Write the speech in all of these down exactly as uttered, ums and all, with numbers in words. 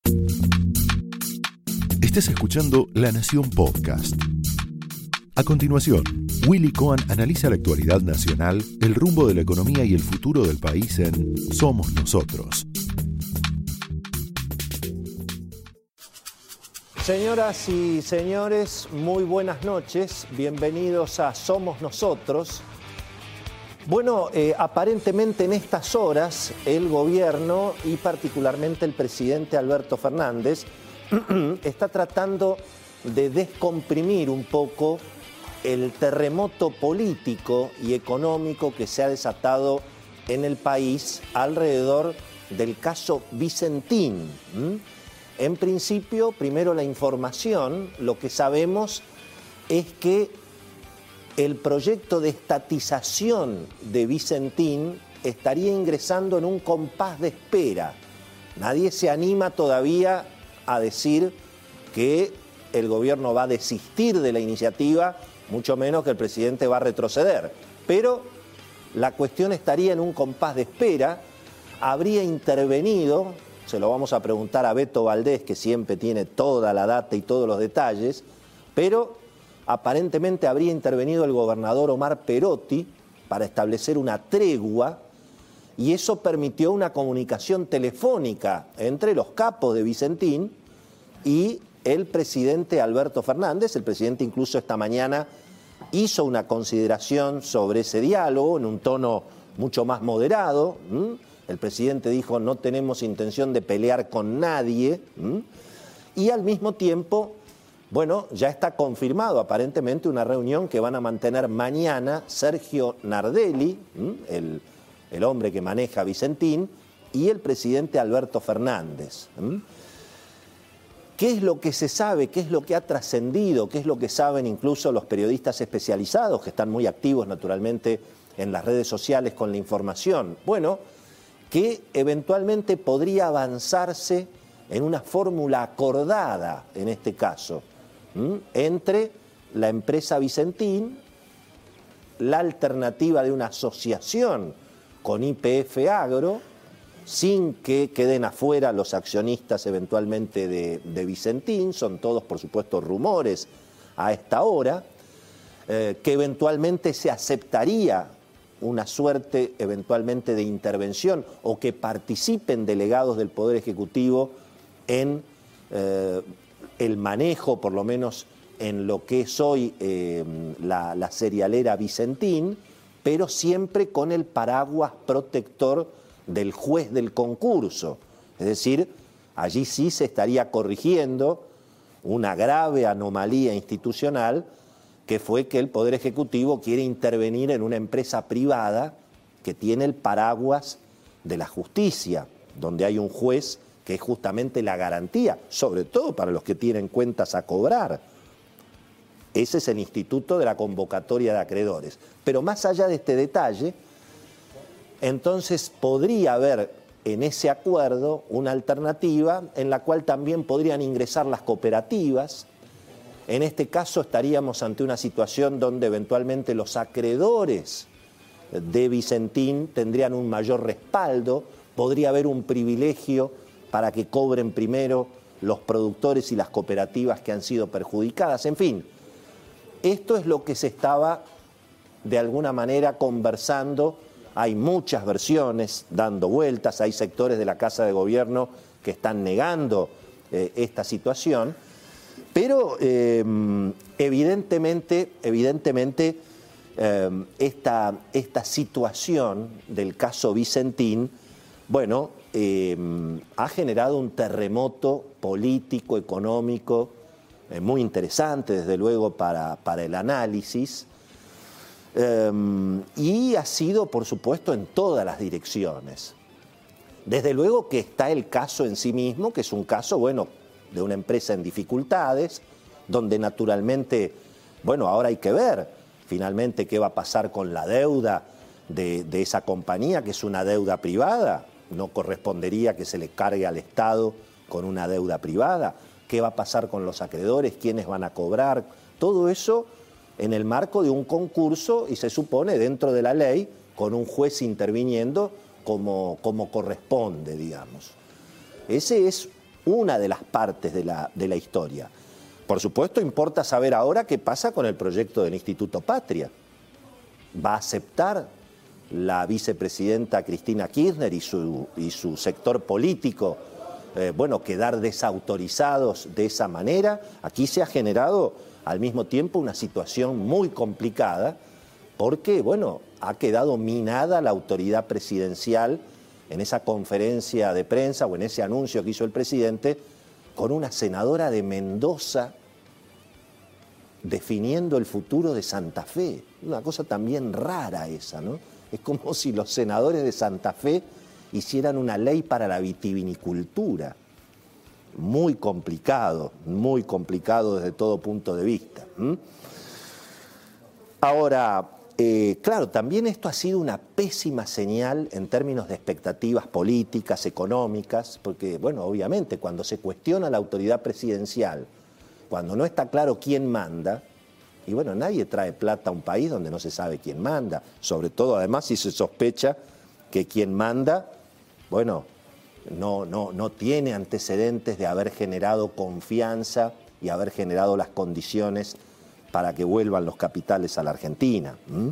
Estás escuchando La Nación Podcast. A continuación, Willy Cohen analiza la actualidad nacional, el rumbo de la economía y el futuro del país en Somos Nosotros. Señoras y señores, muy buenas noches. Bienvenidos a Somos Nosotros. Bueno, eh, aparentemente en estas horas el gobierno y particularmente el presidente Alberto Fernández está tratando de descomprimir un poco el terremoto político y económico que se ha desatado en el país alrededor del caso Vicentín. ¿Mm? En principio, primero la información, lo que sabemos es que el proyecto de estatización de Vicentín estaría ingresando en un compás de espera. Nadie se anima todavía a decir que el gobierno va a desistir de la iniciativa, mucho menos que el presidente va a retroceder. Pero la cuestión estaría en un compás de espera, habría intervenido, se lo vamos a preguntar a Beto Valdés, que siempre tiene toda la data y todos los detalles, pero aparentemente habría intervenido el gobernador Omar Perotti para establecer una tregua y eso permitió una comunicación telefónica entre los capos de Vicentín y el presidente Alberto Fernández. El presidente incluso esta mañana hizo una consideración sobre ese diálogo en un tono mucho más moderado. El presidente dijo: no tenemos intención de pelear con nadie. Y al mismo tiempo, bueno, ya está confirmado aparentemente una reunión que van a mantener mañana Sergio Nardelli, el, el hombre que maneja Vicentín, y el presidente Alberto Fernández. ¿Qué es lo que se sabe? ¿Qué es lo que ha trascendido? ¿Qué es lo que saben incluso los periodistas especializados, que están muy activos naturalmente en las redes sociales con la información? Bueno, que eventualmente podría avanzarse en una fórmula acordada, en este caso, ¿m? entre la empresa Vicentín, la alternativa de una asociación con Y P F Agro, sin que queden afuera los accionistas eventualmente de, de Vicentín, son todos por supuesto rumores a esta hora, eh, que eventualmente se aceptaría una suerte eventualmente de intervención o que participen delegados del Poder Ejecutivo en eh, el manejo, por lo menos en lo que es hoy eh, la, la cerealera Vicentín, pero siempre con el paraguas protector del juez del concurso. Es decir, allí sí se estaría corrigiendo una grave anomalía institucional, que fue que el Poder Ejecutivo quiere intervenir en una empresa privada que tiene el paraguas de la justicia, donde hay un juez que es justamente la garantía, sobre todo para los que tienen cuentas a cobrar. Ese es el instituto de la convocatoria de acreedores. Pero más allá de este detalle, entonces podría haber en ese acuerdo una alternativa en la cual también podrían ingresar las cooperativas. En este caso estaríamos ante una situación donde eventualmente los acreedores de Vicentín tendrían un mayor respaldo, podría haber un privilegio para que cobren primero los productores y las cooperativas que han sido perjudicadas. En fin, esto es lo que se estaba de alguna manera conversando. Hay muchas versiones dando vueltas, hay sectores de la Casa de Gobierno que están negando eh, esta situación. Pero eh, evidentemente, evidentemente eh, esta, esta situación del caso Vicentín, bueno, eh, ha generado un terremoto político, económico, eh, muy interesante desde luego para, para el análisis, eh, y ha sido por supuesto en todas las direcciones. Desde luego que está el caso en sí mismo, que es un caso, bueno, de una empresa en dificultades, donde naturalmente, bueno, ahora hay que ver finalmente qué va a pasar con la deuda de, de esa compañía, que es una deuda privada. No correspondería que se le cargue al Estado con una deuda privada. ¿Qué va a pasar con los acreedores? ¿Quiénes van a cobrar? Todo eso en el marco de un concurso y se supone dentro de la ley, con un juez interviniendo como, como corresponde, digamos. Ese es una de las partes de la, de la historia. Por supuesto, importa saber ahora qué pasa con el proyecto del Instituto Patria. ¿Va a aceptar la vicepresidenta Cristina Kirchner y su, y su sector político, eh, bueno, quedar desautorizados de esa manera? Aquí se ha generado al mismo tiempo una situación muy complicada porque, bueno, ha quedado minada la autoridad presidencial en esa conferencia de prensa o en ese anuncio que hizo el presidente con una senadora de Mendoza definiendo el futuro de Santa Fe. Una cosa también rara esa, ¿no? Es como si los senadores de Santa Fe hicieran una ley para la vitivinicultura. Muy complicado, muy complicado desde todo punto de vista. ¿Mm? Ahora, eh, claro, también esto ha sido una pésima señal en términos de expectativas políticas, económicas, porque, bueno, obviamente cuando se cuestiona la autoridad presidencial, cuando no está claro quién manda, y bueno, nadie trae plata a un país donde no se sabe quién manda, sobre todo además si se sospecha que quien manda, bueno, no, no, no tiene antecedentes de haber generado confianza y haber generado las condiciones para que vuelvan los capitales a la Argentina. ¿Mm?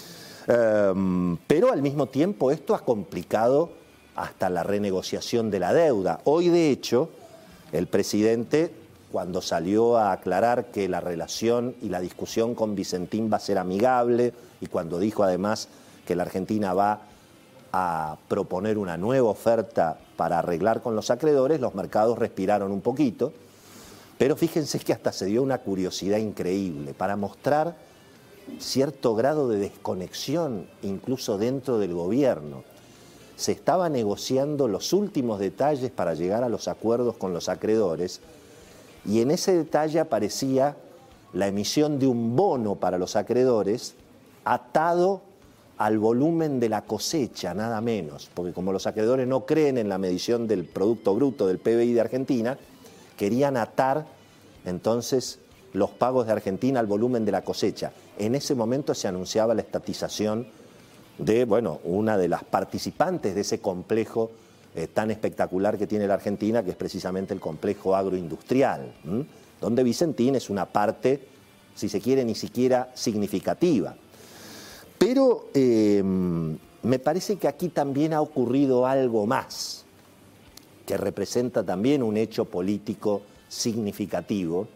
Um, pero al mismo tiempo esto ha complicado hasta la renegociación de la deuda. Hoy, de hecho, el presidente, cuando salió a aclarar que la relación y la discusión con Vicentín va a ser amigable y cuando dijo además que la Argentina va a proponer una nueva oferta para arreglar con los acreedores, los mercados respiraron un poquito, pero fíjense que hasta se dio una curiosidad increíble para mostrar cierto grado de desconexión incluso dentro del gobierno. Se estaba negociando los últimos detalles para llegar a los acuerdos con los acreedores y en ese detalle aparecía la emisión de un bono para los acreedores atado al volumen de la cosecha, nada menos, porque como los acreedores no creen en la medición del Producto Bruto del P B I de Argentina, querían atar entonces los pagos de Argentina al volumen de la cosecha. En ese momento se anunciaba la estatización de, bueno, una de las participantes de ese complejo eh, tan espectacular que tiene la Argentina, que es precisamente el complejo agroindustrial, ¿m? donde Vicentín es una parte, si se quiere, ni siquiera significativa. Pero eh, me parece que aquí también ha ocurrido algo más, que representa también un hecho político significativo,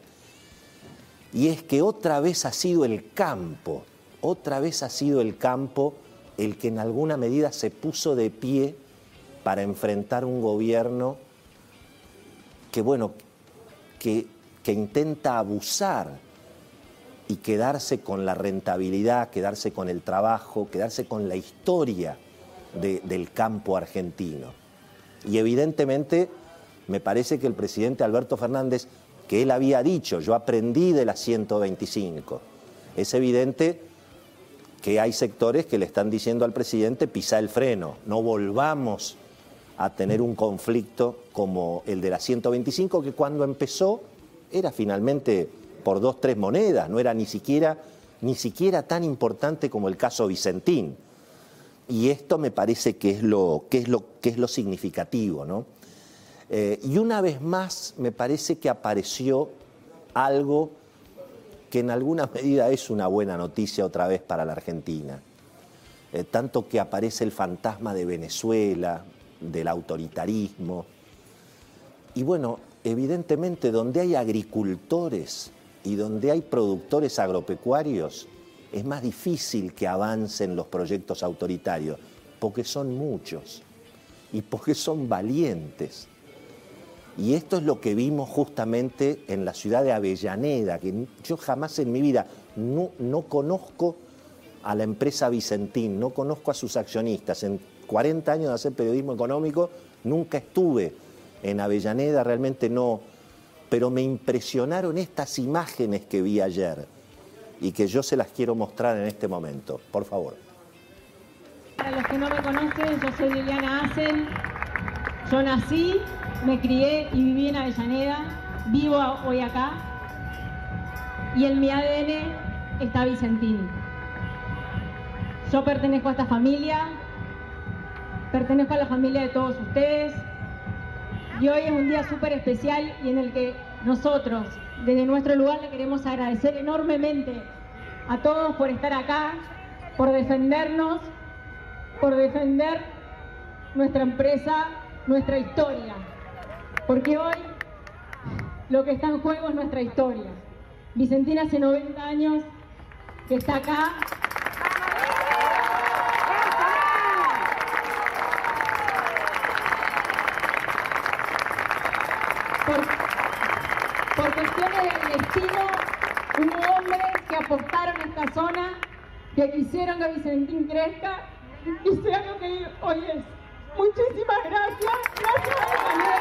y es que otra vez ha sido el campo, otra vez ha sido el campo el que en alguna medida se puso de pie para enfrentar un gobierno que, bueno, que, que intenta abusar y quedarse con la rentabilidad, quedarse con el trabajo, quedarse con la historia de, del campo argentino. Y evidentemente me parece que el presidente Alberto Fernández, que él había dicho, yo aprendí de la ciento veinticinco, es evidente que hay sectores que le están diciendo al presidente, pisa el freno, no volvamos a tener un conflicto como el de la ciento veinticinco, que cuando empezó era finalmente por dos, tres monedas, no era ni siquiera, ni siquiera tan importante como el caso Vicentín. Y esto me parece que es lo, que es lo, que es lo significativo, ¿no? Eh, y una vez más me parece que apareció algo que en alguna medida es una buena noticia otra vez para la Argentina. Eh, tanto que aparece el fantasma de Venezuela, del autoritarismo. Y bueno, evidentemente donde hay agricultores y donde hay productores agropecuarios, es más difícil que avancen los proyectos autoritarios, porque son muchos y porque son valientes. Y esto es lo que vimos justamente en la ciudad de Avellaneda, que yo jamás en mi vida no, no conozco a la empresa Vicentín, no conozco a sus accionistas. En cuarenta años de hacer periodismo económico nunca estuve en Avellaneda, realmente no, pero me impresionaron estas imágenes que vi ayer y que yo se las quiero mostrar en este momento. Por favor. Para los que no me conocen, yo soy Liliana Asen. Yo nací, me crié y viví en Avellaneda, vivo hoy acá y en mi A D N está Vicentín. Yo pertenezco a esta familia, pertenezco a la familia de todos ustedes, y hoy es un día súper especial y en el que nosotros, desde nuestro lugar, le queremos agradecer enormemente a todos por estar acá, por defendernos, por defender nuestra empresa, nuestra historia, porque hoy lo que está en juego es nuestra historia. Vicentina hace noventa años que está acá. Por, por cuestiones del destino, hubo hombres que apostaron a esta zona, que quisieron que Vicentín crezca y sea lo que hoy es. Muchísimas gracias. Gracias a Vicentín.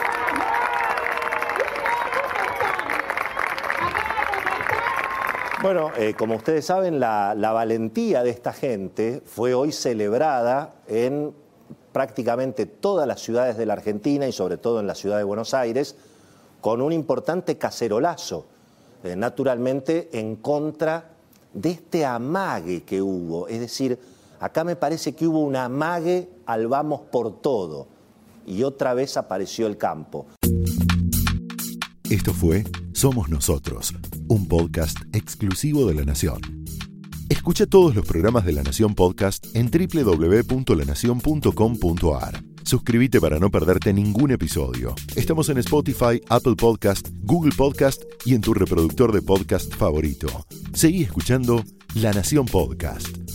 Bueno, eh, como ustedes saben, la, la valentía de esta gente fue hoy celebrada en prácticamente todas las ciudades de la Argentina y sobre todo en la ciudad de Buenos Aires, con un importante cacerolazo, eh, naturalmente en contra de este amague que hubo. Es decir, acá me parece que hubo un amague al vamos por todo y otra vez apareció el campo. Esto fue Somos Nosotros, un podcast exclusivo de La Nación. Escucha todos los programas de La Nación Podcast en doble u doble u doble u punto la nación punto com punto a r. Suscríbete para no perderte ningún episodio. Estamos en Spotify, Apple Podcast, Google Podcast y en tu reproductor de podcast favorito. Seguí escuchando La Nación Podcast.